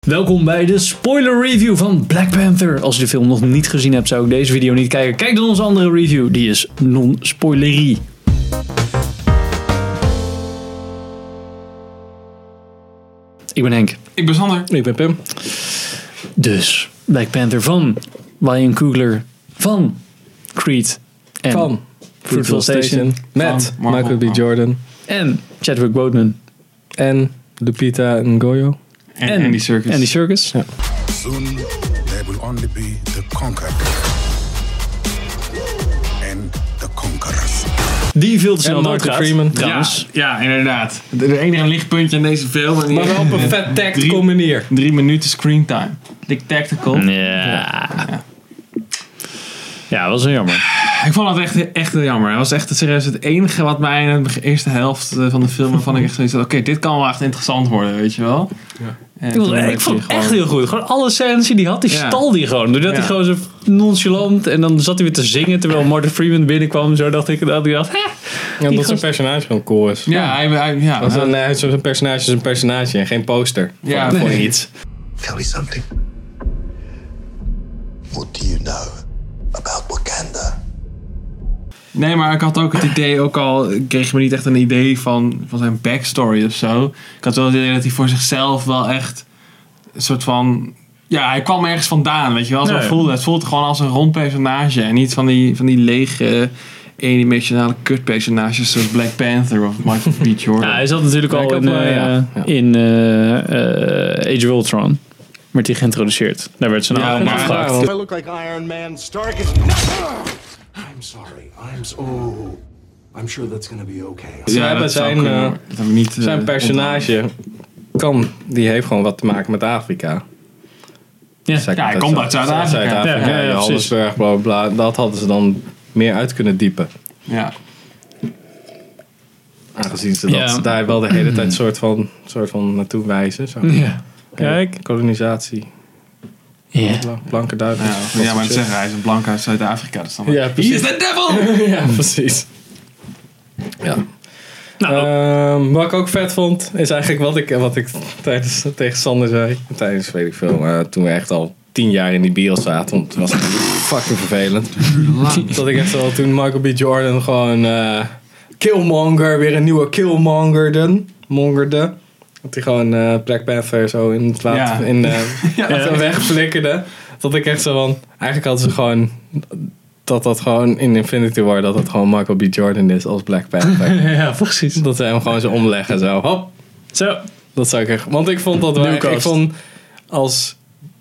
Welkom bij de spoiler review van Black Panther. Als je de film nog niet gezien hebt, zou ik deze video niet kijken. Kijk dan onze andere review, die is non-spoilerie. Ik ben Henk. Ik ben Sander. Ik ben Pim. Dus, Black Panther van Ryan Coogler, van Creed en Van Fruitvale Station met Van Michael B. Jordan en Chadwick Boseman en Lupita Nyong'o. En Andy Serkis. Andy Serkis. Ja. Soon there will only be the conquered and the conquerors. Die veel te snel En Martin doodgaat. Freeman. Trouwens. Ja, inderdaad. Er enige lichtpuntje in deze film. En Maar wel op een vet tactical manier. 3 minuten screentime. Dik tactical. Ja. Ja, dat was wel jammer. Ik vond het echt heel jammer. Het was echt serieus het enige wat mij in de eerste helft van de film waarvan ik echt zoiets had. Oké, dit kan wel echt interessant worden, weet je wel. Ja. En Ik vond het echt heel goed. Gewoon alle scènes die hij had, die Ja. stal die gewoon. Doordat hij Ja. gewoon zo nonchalant en dan zat hij weer te zingen terwijl Martin Freeman binnenkwam. Zo dacht ik, hè. Ja, omdat zijn personage gewoon cool is. Zijn personage is een personage en geen poster voor iets. Tell me something. What do you know about Wakanda? Nee, maar ik had ook het idee, ook al kreeg je me niet echt een idee van zijn backstory of zo. Ik had wel het idee dat hij voor zichzelf wel echt een soort van... Ja, hij kwam ergens vandaan, weet je wel. Zo voelde. Het voelde gewoon als een rond personage. En niet van die lege, eendimensionale kutpersonages zoals Black Panther of Michael B. Jordan. Ja, hij zat natuurlijk al in Age of Ultron. Werd hij geïntroduceerd. Daar werd zijn naam maar- afgevraagd. I look like Iron Man. Stark is. I'm sorry. I'm sure that's gonna be okay. Ze hebben dat zou zijn, kunnen, maar dat heb ik niet, Zijn personage die heeft gewoon wat te maken met Afrika. Ja. hij komt uit Zuid-Afrika. Ja, Johannesburg, bla bla bla. Dat hadden ze dan meer uit kunnen diepen. Ja. Aangezien ze dat daar wel de hele tijd soort van naartoe wijzen. Zo. Ja. Kijk. Kolonisatie. Ja. Blanke Duitsers. Ja, maar het zeggen, hij is een blank uit Zuid-Afrika. Dus dan Ja, precies. He is the devil! Ja, precies. Ja. Nou, Wat ik ook vet vond, is eigenlijk wat ik tijdens tegen Sander zei. Tijdens, weet ik veel, toen we echt al 10 jaar in die bios zaten. Want het was fucking vervelend. Dat ik echt zo, toen Michael B. Jordan gewoon Killmonger, weer een nieuwe Killmongerde. Dat hij gewoon Black Panther zo in het water wegflikkerde. Dat ik echt zo van, eigenlijk hadden ze gewoon... Dat gewoon in Infinity War, dat het gewoon Michael B. Jordan is als Black Panther. ja, precies. Dat ze hem gewoon zo omleggen, zo. Hop. Zo. Dat zou ik echt... Want ik vond dat wij... Ik vond als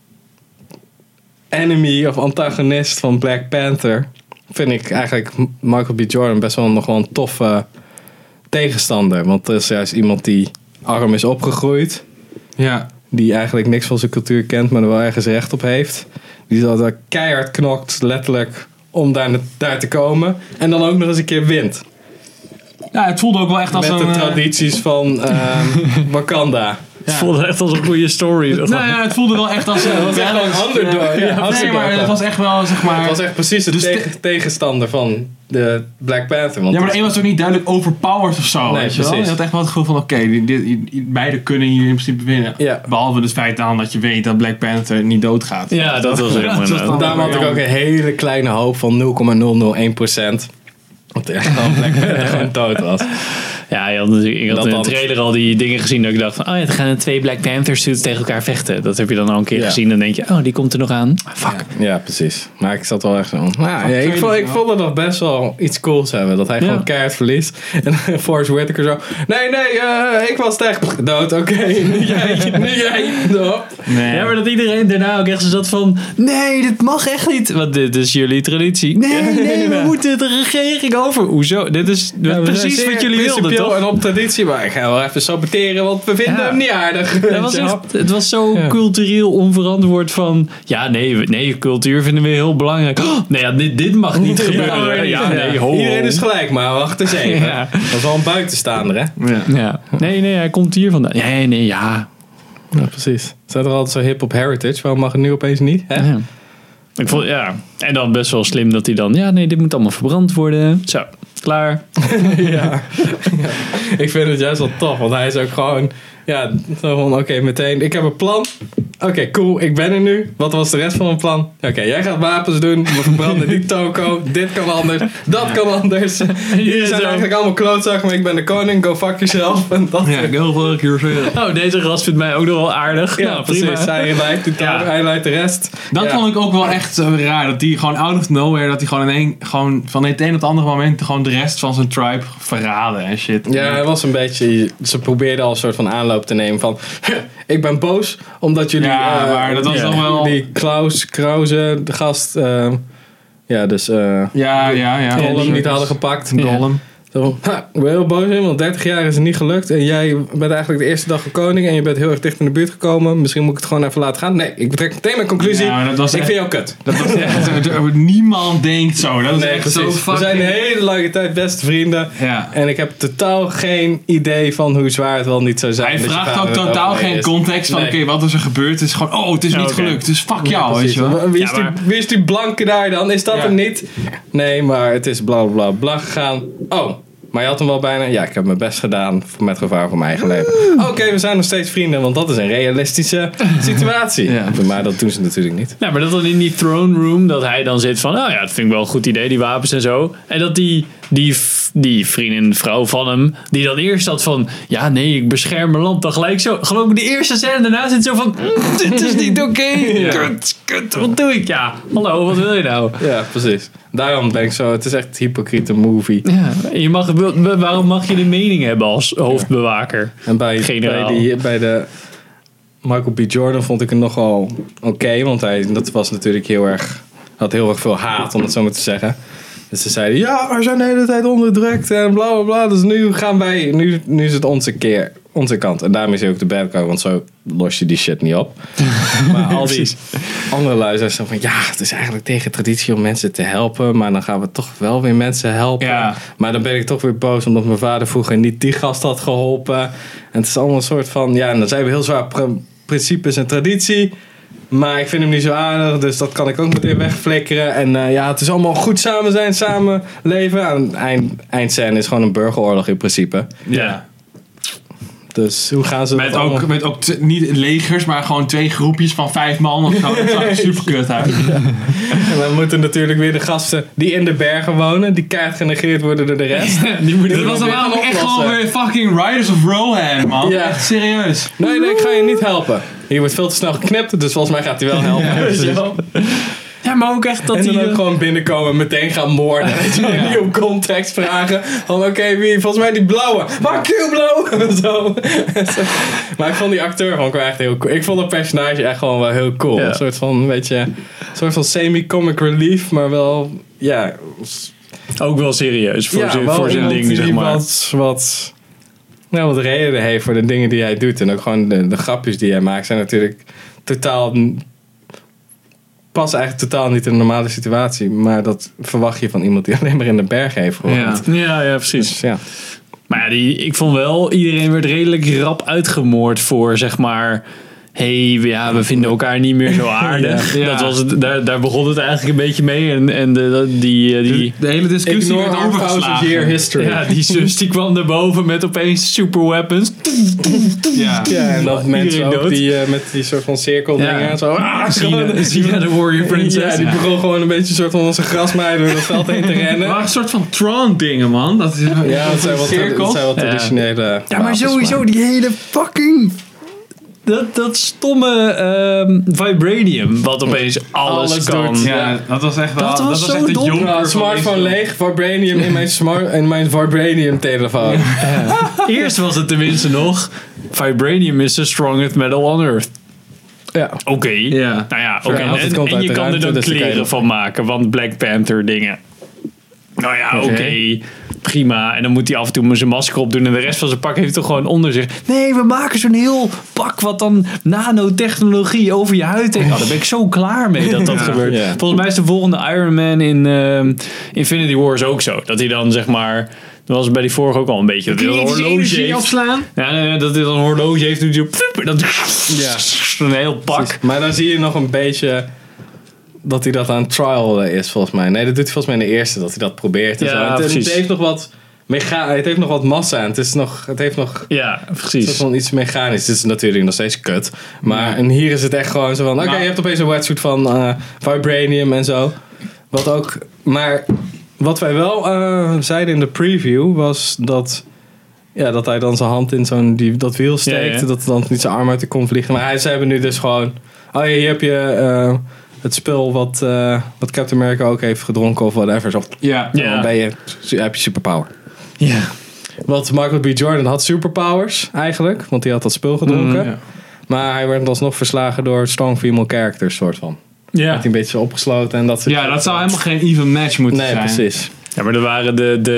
enemy of antagonist van Black Panther... vind ik eigenlijk Michael B. Jordan best wel nog wel een toffe tegenstander. Want dat is juist iemand die arm is opgegroeid. Ja. Die eigenlijk niks van zijn cultuur kent, maar er wel ergens recht op heeft. Die dat keihard knokt, letterlijk, om daar te komen. En dan ook nog eens een keer wint. Ja, het voelde ook wel echt als Met een... de tradities van Wakanda. Het voelde echt als een goede story. Nou ja, het voelde wel echt als een... Het was echt wel een underdog. Nee, maar het was echt wel, zeg maar... Het was echt precies de tegenstander van de Black Panther. Want Ja, maar de een was ook niet duidelijk overpowered of zo. Nee, weet je wel? precies. Je had echt wel het gevoel van, oké, beide kunnen hier in principe winnen. Ja. Behalve het feit dan dat je weet dat Black Panther niet doodgaat. Ja, dat was helemaal dan- daarom had ik ook een hele kleine hoop van 0,001%. Want er gewoon Black Panther gewoon dood was. Ja, ik had in de trailer al die dingen gezien dat ik dacht van, oh ja, er gaan 2 Black Panthers tegen elkaar vechten. Dat heb je dan al een keer gezien. Dan denk je, oh, die komt er nog aan. Fuck. Ja, precies. Maar ik zat wel echt zo. Ik vond het nog best wel iets cools hebben. Dat hij gewoon keihard verliest. En Forrest Whitaker zo. Nee, ik was echt dood. Oké, nu jij. No. Nee. Ja, maar dat iedereen daarna ook echt zo zat van, nee, dit mag echt niet. Want dit is jullie traditie. Nee, we moeten de regering over. Hoezo? Dit is precies wat jullie wilden, toch? En op traditie, maar ik ga wel even saboteren, want we vinden hem niet aardig. Het was zo cultureel onverantwoord van, ja, nee, cultuur vinden we heel belangrijk. Oh, nee, ja, dit mag niet gebeuren. Iedereen is gelijk, maar wacht eens even. Ja. Dat is wel een buitenstaander, hè? Ja. Nee, hij komt hier vandaan. Nee, ja. Ja, precies. Zijn er altijd zo hip op heritage? Waarom mag het nu opeens niet? Hè? Ja. Ik vond, en dan best wel slim dat hij dan, dit moet allemaal verbrand worden. Zo, klaar. Ja. Ik vind het juist wel tof, want hij is ook gewoon, zo van, oké, meteen, ik heb een plan. Oké, cool, ik ben er nu. Wat was de rest van mijn plan? Oké, jij gaat wapens doen. We verbranden die toko. Dit kan anders. Dat kan anders. Jullie zijn eigenlijk allemaal klootzak, maar ik ben de koning. Go fuck yourself. En dat go fuck yourself. Oh, deze gast vindt mij ook nog wel aardig. ja, Nou, precies. prima. Hij leidt de rest. Dat Ja. vond ik ook wel echt raar. Dat die gewoon out of nowhere, dat hij gewoon van het een op het andere moment gewoon de rest van zijn tribe verraden en shit. Ja, hij was een beetje... Ze probeerden al een soort van aanloop te nemen van... ik ben boos omdat jullie... Ja, maar dat was toch wel... Die Krause, de gast... Ja. Gollum niet hadden gepakt. Gollum. Zo, ik ben heel boos in, want 30 jaar is het niet gelukt. En jij bent eigenlijk de eerste dag koning en je bent heel erg dicht in de buurt gekomen. Misschien moet ik het gewoon even laten gaan. Nee, ik trek meteen mijn conclusie. Ja, dat was ik echt- vind jou kut. Dat was echt, niemand denkt zo. Dat is Nee, echt precies. zo We fucking... zijn de hele lange tijd beste vrienden. Ja. En ik heb totaal geen idee van hoe zwaar het wel niet zou zijn. Hij dat je vraagt vader ook het totaal overleden geen is. context van Nee. oké, wat is er gebeurd? Het is gewoon, het is niet Oké. gelukt. Dus fuck jou, weet Precies. je wel. Wie is, Ja, maar- wie is die blanke daar dan? Is dat Ja. hem niet? Nee, maar het is bla bla bla gegaan. Oh, maar je had hem wel bijna. Ja, ik heb mijn best gedaan met gevaar voor mijn eigen leven. Oké, we zijn nog steeds vrienden, want dat is een realistische situatie. Ja. Maar dat doen ze natuurlijk niet. Nou, maar dat dan in die throne room, dat hij dan zit van, nou ja, dat vind ik wel een goed idee, die wapens en zo. En dat die vriendin, vrouw van hem, die dan eerst had van, ja nee, ik bescherm mijn land. Dan gelijk zo, geloof ik de eerste scène daarna zit zo van, dit is niet oké. Kut, wat doe ik? Ja, hallo, wat wil je nou? Ja, precies. Daarom ben ik zo, het is echt een hypocriete movie. Ja, waarom mag je de mening hebben als hoofdbewaker? En Generaal. bij de Michael B. Jordan vond ik het nogal oké, want dat was natuurlijk had heel erg veel haat, om het zo maar te zeggen. Dus ze zeiden, ja, we zijn de hele tijd onderdrukt en bla bla bla. Dus nu gaan wij, nu is het onze kant. En daarmee is hij ook de bad guy, want zo los je die shit niet op. Maar al die andere lui zijn zo van, ja, het is eigenlijk tegen traditie om mensen te helpen, maar dan gaan we toch wel weer mensen helpen. Ja. Maar dan ben ik toch weer boos omdat mijn vader vroeger niet die gast had geholpen. En het is allemaal een soort van, ja, en dan zijn we heel zwaar principes en traditie. Maar ik vind hem niet zo aardig, dus dat kan ik ook meteen wegflikkeren. En het is allemaal goed samen zijn, samen leven. En eindscène is gewoon een burgeroorlog in principe. Ja. Dus hoe gaan ze dat allemaal... Met ook niet legers, maar gewoon 2 groepjes van 5 man of zo. Dat zag er super kut uit. En dan moeten natuurlijk weer de gasten die in de bergen wonen, die keihard genegeerd worden door de rest. Dat was dan wel echt gewoon weer fucking Riders of Rohan, man. Ja. Echt serieus. Nee, ik ga je niet helpen. Hier wordt veel te snel geknipt, dus volgens mij gaat hij wel helpen. Weet je wel? Ja, maar ook echt dat En dan hij... ook gewoon binnenkomen en meteen gaan moorden. Weet je wel, niet op context vragen. Van oké, wie? Volgens mij die blauwe. Maar blauw! Zo. Maar ik vond die acteur gewoon echt heel cool. Ik vond het personage echt gewoon wel heel cool. Ja. Een soort van, weet je, een soort van semi-comic relief, maar wel, ja... Ook wel serieus voor wel zijn iemand ding, die zeg maar. wat reden heeft voor de dingen die hij doet. En ook gewoon de grapjes die hij maakt zijn natuurlijk passen eigenlijk totaal niet in een normale situatie. Maar dat verwacht je van iemand die alleen maar in de bergen heeft gewoond. Ja, precies. Dus ja. Maar ja, ik vond wel, iedereen werd redelijk rap uitgemoord voor, zeg maar... we vinden elkaar niet meer zo aardig. Ja. Dat was het, daar begon het eigenlijk een beetje mee. En die De hele discussie Ignore werd our 1000 overgeslagen. year history. ja, die zus die kwam erboven met opeens super weapons. Ja. Ja, en dat Iedereen mensen ook dood. die met die soort van cirkeldingen. Ja. Zo, Sina de Warrior Princess. Ja, die begon gewoon een beetje een soort van onze grasmaaier door het veld heen te rennen. Het waren een soort van Tron dingen, man. Dat is Ja, dat zijn wel traditionele Ja, maar wapens, sowieso die hele fucking... Dat stomme vibranium, wat opeens alles kan. doet. Ja, dat was echt wel... Dat was zo echt de dom. jonker Nou, van smartphone deze- leeg, vibranium in mijn vibranium telefoon. Eerst was het tenminste nog... Vibranium is the strongest metal on earth. Ja. Oké. Ja. Nou ja, oké. want het komt En uit je de kan er ruimte, dan dus dan kan je kleren dat- van maken. Want Black Panther dingen. Nou ja, oké. Prima. En dan moet hij af en toe zijn masker opdoen. En de rest van zijn pak heeft hij toch gewoon onder zich. Nee, we maken zo'n heel pak wat dan nanotechnologie over je huid heeft. Oh, daar ben ik zo klaar mee dat dat gebeurt. Ja. Volgens mij is de volgende Iron Man in Infinity Wars ook zo. Dat hij dan zeg maar... Dat was bij die vorige ook al een beetje. Dat hij een horloge heeft. opslaan? Ja, dat hij dan een horloge heeft. En dat een heel pak. Maar dan zie je nog een beetje dat hij dat aan trial is, volgens mij. Nee, dat doet hij volgens mij in de eerste, dat hij dat probeert. En Ja, zo. En het precies. heeft nog wat het heeft nog wat massa en het heeft nog Ja, soort precies. van iets mechanisch. Het is natuurlijk nog steeds kut. Maar en hier is het echt gewoon zo van... Oké, je hebt opeens een wetsuit van vibranium en zo. Maar wat wij wel zeiden in de preview was dat... Ja, dat hij dan zijn hand in dat wiel steekt. Ja, ja. Dat dan niet zijn arm uit de kom vliegt. Maar ze hebben nu dus gewoon... Oh ja, hier heb je het spul wat Captain America ook heeft gedronken of whatever. Zo, Ja. dan heb je superpower. Ja. Want Michael B. Jordan had superpowers eigenlijk. Want hij had dat spul gedronken. Ja. Maar hij werd alsnog verslagen door strong female characters soort van. Ja. Werd hij een beetje zo opgesloten en dat soort Ja, dat zou helemaal geen even match moeten Nee, zijn. precies. Ja, maar er waren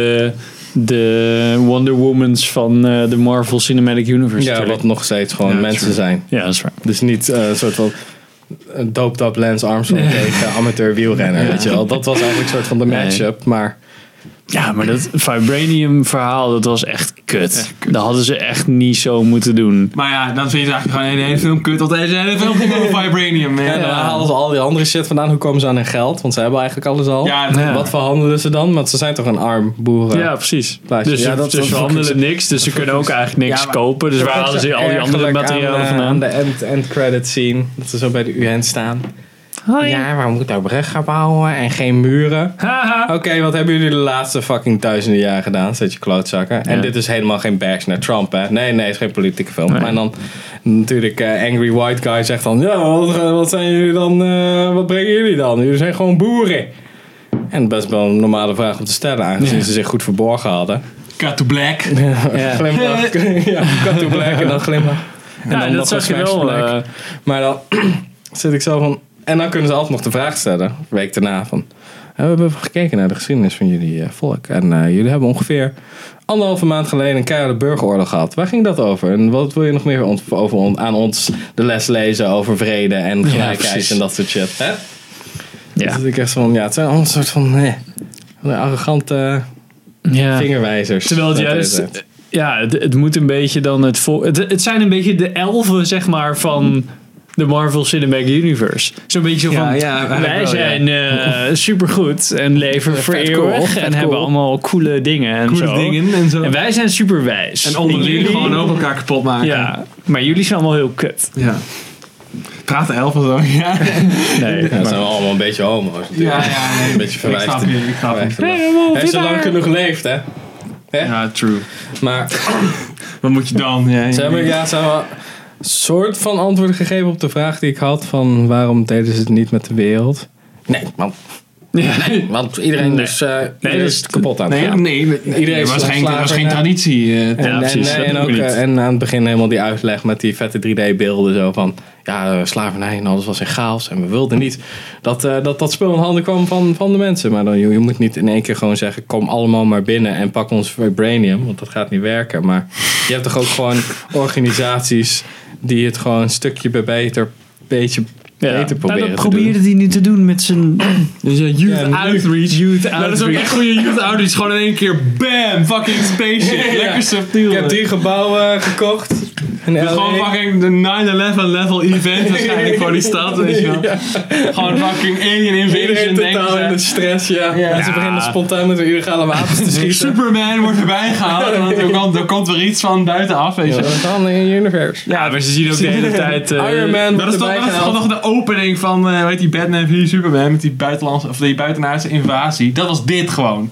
de Wonder Womans van de Marvel Cinematic Universe. Ja, natuurlijk. wat nog steeds gewoon Ja, mensen true. zijn. Ja, dat is waar. Dus niet een soort van doped up Lance Armstrong tegen amateur wielrenner. Weet je wel. Dat was eigenlijk een soort van de matchup. Maar Ja, maar dat Vibranium verhaal, dat was echt kut. Dat hadden ze echt niet zo moeten doen. Maar ja, dan vind je eigenlijk gewoon de hele film kut. Want deze hele film ging over vibranium. Man. ja, dan halen ze al die andere shit vandaan. Hoe komen ze aan hun geld? Want ze hebben eigenlijk alles al. Ja, Wat verhandelen ze dan? Want ze zijn toch een arm boeren. Ja, precies. Plaatje. Dus, Ja, dat dus is ze ook handelen niks, dus ze kunnen ook eigenlijk niks Ja, maar- kopen. Dus waar hadden ze al die andere materialen aan vandaan? de end credit scene. Dat ze zo bij de UN staan. Ja, we moeten ook brug gaan bouwen en geen muren. Haha. Oké, wat hebben jullie de laatste fucking duizenden jaar gedaan? Zet je klootzakken. En Ja. dit is helemaal geen bash naar Trump, hè? Nee, het is geen politieke film. Nee. Maar dan natuurlijk Angry White Guy zegt dan... Ja, wat zijn jullie dan? Wat brengen jullie dan? Jullie zijn gewoon boeren. En best wel een normale vraag om te stellen, aangezien ze zich goed verborgen hadden. Cut to black. Glimlach. Ja, cut to black en dan glimlach. En Ja, dan dat nog zag een je smash wel. black. Maar dan zit ik zo van... En dan kunnen ze altijd nog de vraag stellen, een week daarna, van... We hebben even gekeken naar de geschiedenis van jullie volk. En jullie hebben ongeveer 1,5 maand geleden een keiharde burgeroorlog gehad. Waar ging dat over? En wat wil je nog meer aan ons de les lezen over vrede en gelijkheid precies. en dat soort shit? Hè? Ja. Dus ik echt van, ja, het zijn allemaal een soort van arrogante Ja. vingerwijzers. Terwijl het Dat juist... is het. Ja, het moet een beetje dan het zijn een beetje de elfen, zeg maar, van de Marvel Cinematic Universe. Zo'n beetje zo van, wij zijn supergoed en leven voor Vet eeuwig. cool, vet En hebben cool. allemaal coole dingen en Coole zo. dingen en zo. En wij zijn super wijs. En onderling jullie gewoon ook elkaar kapot maken. Ja, maar jullie zijn allemaal heel kut. Ja. Praten elfen zo. Ja. Nee, Ja, dat zijn we allemaal een beetje homo's. natuurlijk. Ja, nee. Een beetje verwijfd. Ik snap je. Hij heeft zo lang genoeg geleefd, hè? Ja, true. Maar Wat moet je dan? Ja, ze hebben wel een soort van antwoord gegeven op de vraag die ik had van waarom deden ze het niet met de wereld? Nee, want iedereen Nee. is, Nee, iedereen dat is is- kapot aan het Nee, gaan. nee. Iedereen was is geen, dat was geen slaven, traditie. Ja, precies, dat en, doen ook, we niet. en aan het begin helemaal die uitleg met die vette 3D-beelden zo van ja, slavernij en alles was in chaos en we wilden niet dat spul in handen kwam van de mensen. Maar dan, je moet niet in één keer gewoon zeggen kom allemaal maar binnen en pak ons vibranium, want dat gaat niet werken. Maar je hebt toch ook gewoon organisaties die het gewoon een stukje bij beetje beter proberen dat te doen. probeerde hij nu te doen met zijn Dus ja, youth Ja, outreach. youth Dat is ook echt goede youth outreach. Gewoon in één keer bam, fucking spaceship. Lekker subtiel. Ik heb 3 gebouwen gekocht. En Het is gewoon fucking de 9/11 level event waarschijnlijk voor die stad. Weet je wel. Gewoon fucking alien Iedereen invasion totaal in denken de ze. stress, ja. En ze beginnen spontaan met illegale wapens te schieten. Superman wordt erbij gehaald. Want er komt weer iets van buitenaf. Weet je wel. Van in universe. Ja, maar ze zien ook de hele tijd... Iron Man Dat is toch gewoon nog de opening van weet die Batman v Superman met die buitenlandse of die buitenaardse invasie. Dat was dit gewoon.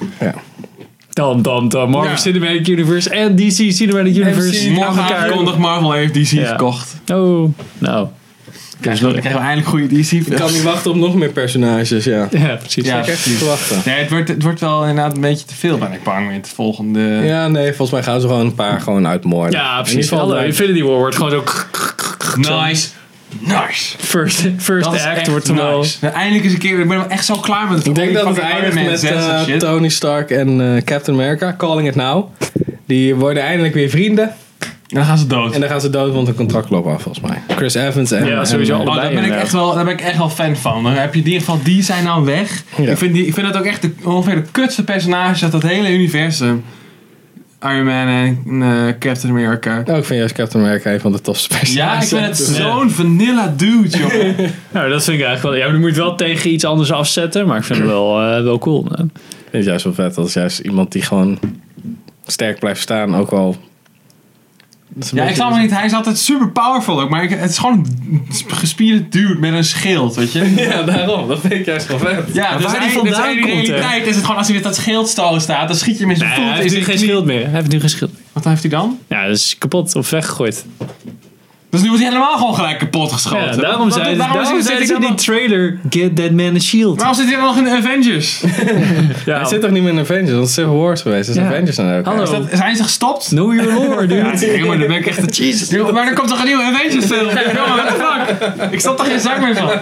Dan Marvel Ja. Cinematic Universe en DC Cinematic Universe. Morgen aangekondigd Marvel heeft DC Ja. gekocht. Oh, nou. Dan krijgen we eindelijk goede DC. Ik kan niet wachten op nog meer personages, ja. Ja, precies. Ja. Ik heb echt te wachten. Nee, het wordt wel inderdaad een beetje te veel, ben ik bang met het volgende. Ja, nee, volgens mij gaan ze gewoon een paar gewoon uitmoorden. Ja, In precies. ieder geval Alle Infinity War wordt gewoon zo... Nice. Nice. First Dat is act echt wordt er wel... nice. Nou, eindelijk eens een keer. Ik ben wel echt zo klaar met het. Ik denk dat het fucking eindigt Iron Man met 6 en shit. Tony Stark en Captain America, calling it now. Die worden eindelijk weer vrienden. En dan gaan ze dood. En dan gaan ze dood, want hun contract loopt af volgens mij. Chris Evans en... Ja, sowieso en, allebei. Oh, daar ben ik echt wel fan van. Dan heb je in ieder geval, die zijn nou weg. Ja. Ik vind dat ook echt ongeveer de kutste personages uit dat hele universum. Iron Man en Captain America. Oh, ik vind juist Captain America een van de tofste personages. Ja, ik vind het zo'n vanilla dude, joh. Nou, dat vind ik eigenlijk wel... Ja, maar dan moet je het wel tegen iets anders afzetten. Maar ik vind het wel cool. Man. Ik vind het juist wel vet. Dat is juist iemand die gewoon sterk blijft staan. Ook al... Ja, ik snap het niet. Hij is altijd super powerful ook. Maar het is gewoon een gespierde dude met een schild, weet je? Ja, daarom. Dat vind ik juist wel vet. Ja, dus waar die in vandaan de komt, realiteit is het gewoon als hij met dat schild staat, dan schiet je hem in zijn Nee, voet. hij heeft nu geen schild meer. Hij heeft nu geen schild meer. Wat heeft hij dan? Ja, dat is kapot of weggegooid. Dus nu wordt hij helemaal gewoon gelijk kapot geschoten. Ja, daarom zei ze in die trailer, get that man a shield. Waarom zit hij dan nog in de Avengers? Ja, Hij zit toch niet meer in Avengers? Dat is Civil War geweest. Dat is Ja. Avengers dan ook. Hallo. Zijn ze gestopt? Know your lore, dude. Ja, maar dan ben ik echt een Jesus. Maar er komt toch een nieuwe Avengers film? Jongen, what the fuck? Ik snap toch geen zak meer van.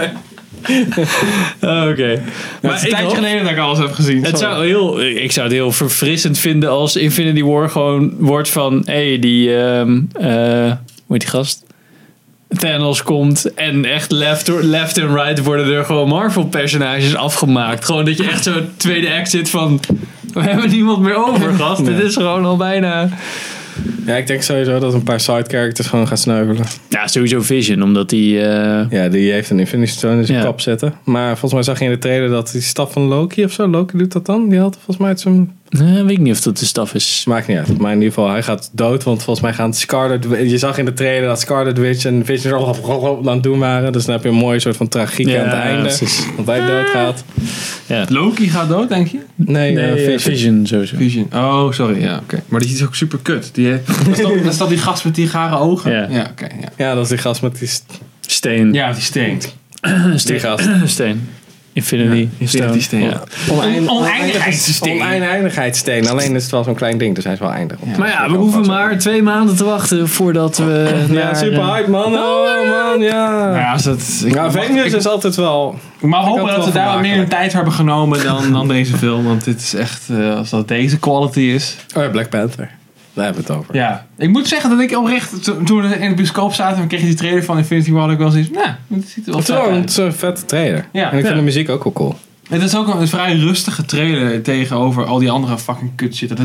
Oké. Maar Maar het is een ik tijdje hoop- geleden dat ik alles heb gezien. ik zou het heel verfrissend vinden als Infinity War gewoon wordt van, die, hoe heet die gast? Thanos komt en echt left en right worden er gewoon Marvel-personages afgemaakt. Gewoon dat je echt zo'n tweede act zit van, we hebben niemand meer over, gast. Dit is gewoon al bijna... Ja, ik denk sowieso dat een paar side characters gewoon gaan sneuvelen. Ja, sowieso Vision, omdat die... Ja, die heeft een Infinity Stone in zijn Ja. kap zetten. Maar volgens mij zag je in de trailer dat die staf van Loki of zo. Loki doet dat dan. Die had volgens mij uit zijn... weet ik niet of dat de staf is. Maakt niet uit. Maar in ieder geval, hij gaat dood. Want volgens mij gaan Scarlet... Je zag in de trailer dat Scarlet Witch en Vision zo aan het doen waren. Dus dan heb je een mooie soort van tragiek Ja, aan het einde. precies. Want hij doodgaat. Ja. Loki gaat dood, denk je? Nee, Vision. Vision sowieso. Vision. Oh, sorry. Ja, oké. Maar die is ook super kut. Dat is dat die gast met die gare ogen? Ja. Ja, oké. ja. Ja, dat is die gast met die... Steen. Ja, die steen. Die gast. Steen. Infinity. Infinity Steen. Ja. Oneindigheidssteen. Oneindigheidssteen. Alleen is het wel zo'n klein ding. Dus hij is wel eindig. Maar ja, we hoeven maar 2 maanden te wachten voordat we... Ja, naar, super hype man. Oh man, ja. Ja, als dat, Ja, Avengers is altijd wel... ik mag Ik hopen had dat wel ze daar wat meer hun vermakelijk. tijd hebben genomen dan deze film. Want dit is echt, als dat deze quality is. Oh ja, Black Panther. Daar hebben we het over. Ja, ik moet zeggen dat ik oprecht, toen we in de bioscoop zaten en kreeg je die trailer van Infinity War, had ik wel zoiets, nou, het ziet er wel Het is vet wel een, uit. het is een vette trailer. Ja. En ik Ja. vind de muziek ook wel cool. Het is ook een vrij rustige trailer tegenover al die andere fucking kut shit.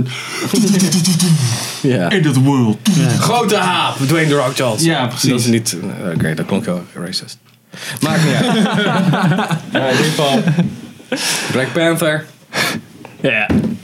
Ja. In that world. Grote haap, Dwayne The Rock Johnson. Ja, precies. Dat is niet... Oké, dat klonk heel racist. Maakt niet uit. Maar in ieder geval... Black Panther. Ja.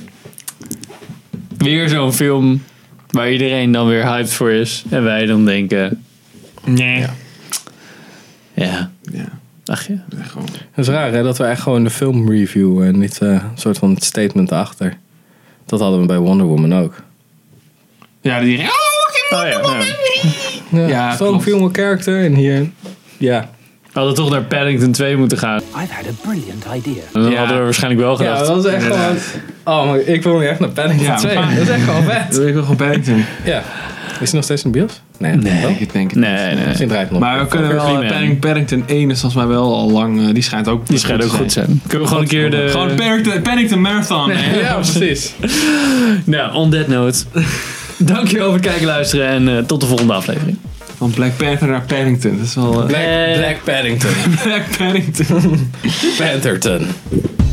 Weer zo'n film waar iedereen dan weer hyped voor is. En wij dan denken... Nee. Ja. Ja. Ja. Ach ja. Gewoon. Het is raar hè, dat we echt gewoon de film reviewen en niet een soort van statement erachter. Dat hadden we bij Wonder Woman ook. Ja, die... Oh, Oh ja. Ja, Ja, strong klopt. female character en hier... Ja. We hadden toch naar Paddington 2 moeten gaan. I've had a brilliant idea. En dan Ja. hadden we waarschijnlijk wel Ja, gedacht. dat was echt gewoon... Oh, maar ik wil nu echt naar Paddington Ja, 2. we gaan- Dat is echt gewoon vet. Dat wil ik wel gewoon Paddington. Ja. Is hij nog steeds in de bios? Nee. Nee. Ik denk het. Nee. Misschien draait het nog. Maar we kunnen wel... Freeman. Paddington 1 is volgens mij wel al lang... die schijnt ook... Die schijnt ook goed te zijn. Kunnen we gewoon een keer de... Gewoon Paddington Marathon. Ja, precies. Nou, on that note. Dankjewel voor het kijken en luisteren. En tot de volgende aflevering. Van Black Panther naar Paddington. Dat is wel... Black Paddington. Black Paddington. Pantherton.